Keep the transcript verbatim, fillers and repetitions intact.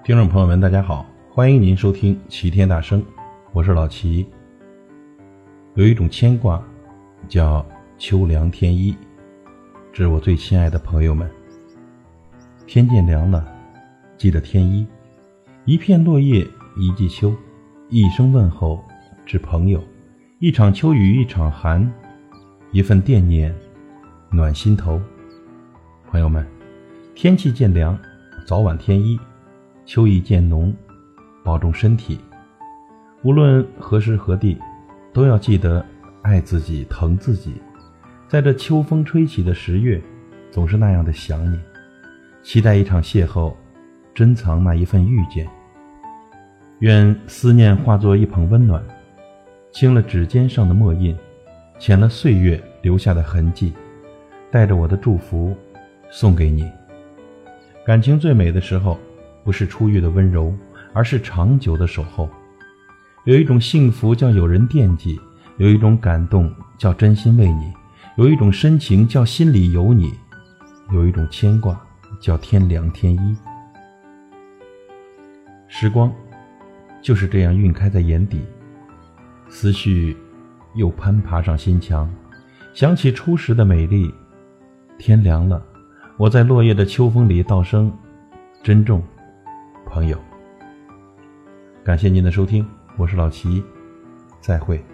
听众朋友们大家好，欢迎您收听齐天大圣，我是老齐。有一种牵挂叫秋凉天衣，致我最亲爱的朋友们，天渐凉了，记得添衣，一片落叶一季秋，一声问候致朋友，一场秋雨一场寒，一份惦念暖心头。朋友们，天气渐凉，早晚添衣，秋意渐浓，保重身体。无论何时何地，都要记得爱自己，疼自己。在这秋风吹起的十月，总是那样的想你，期待一场邂逅，珍藏那一份遇见。愿思念化作一捧温暖，清了指尖上的墨印，浅了岁月留下的痕迹，带着我的祝福送给你。感情最美的时候，不是初遇的温柔，而是长久的守候。有一种幸福叫有人惦记，有一种感动叫真心为你，有一种深情叫心里有你，有一种牵挂叫天凉天衣。时光就是这样晕开在眼底，思绪又攀爬上心墙，想起初时的美丽。天凉了，我在落叶的秋风里道声珍重，朋友。感谢您的收听，我是老齐，再会。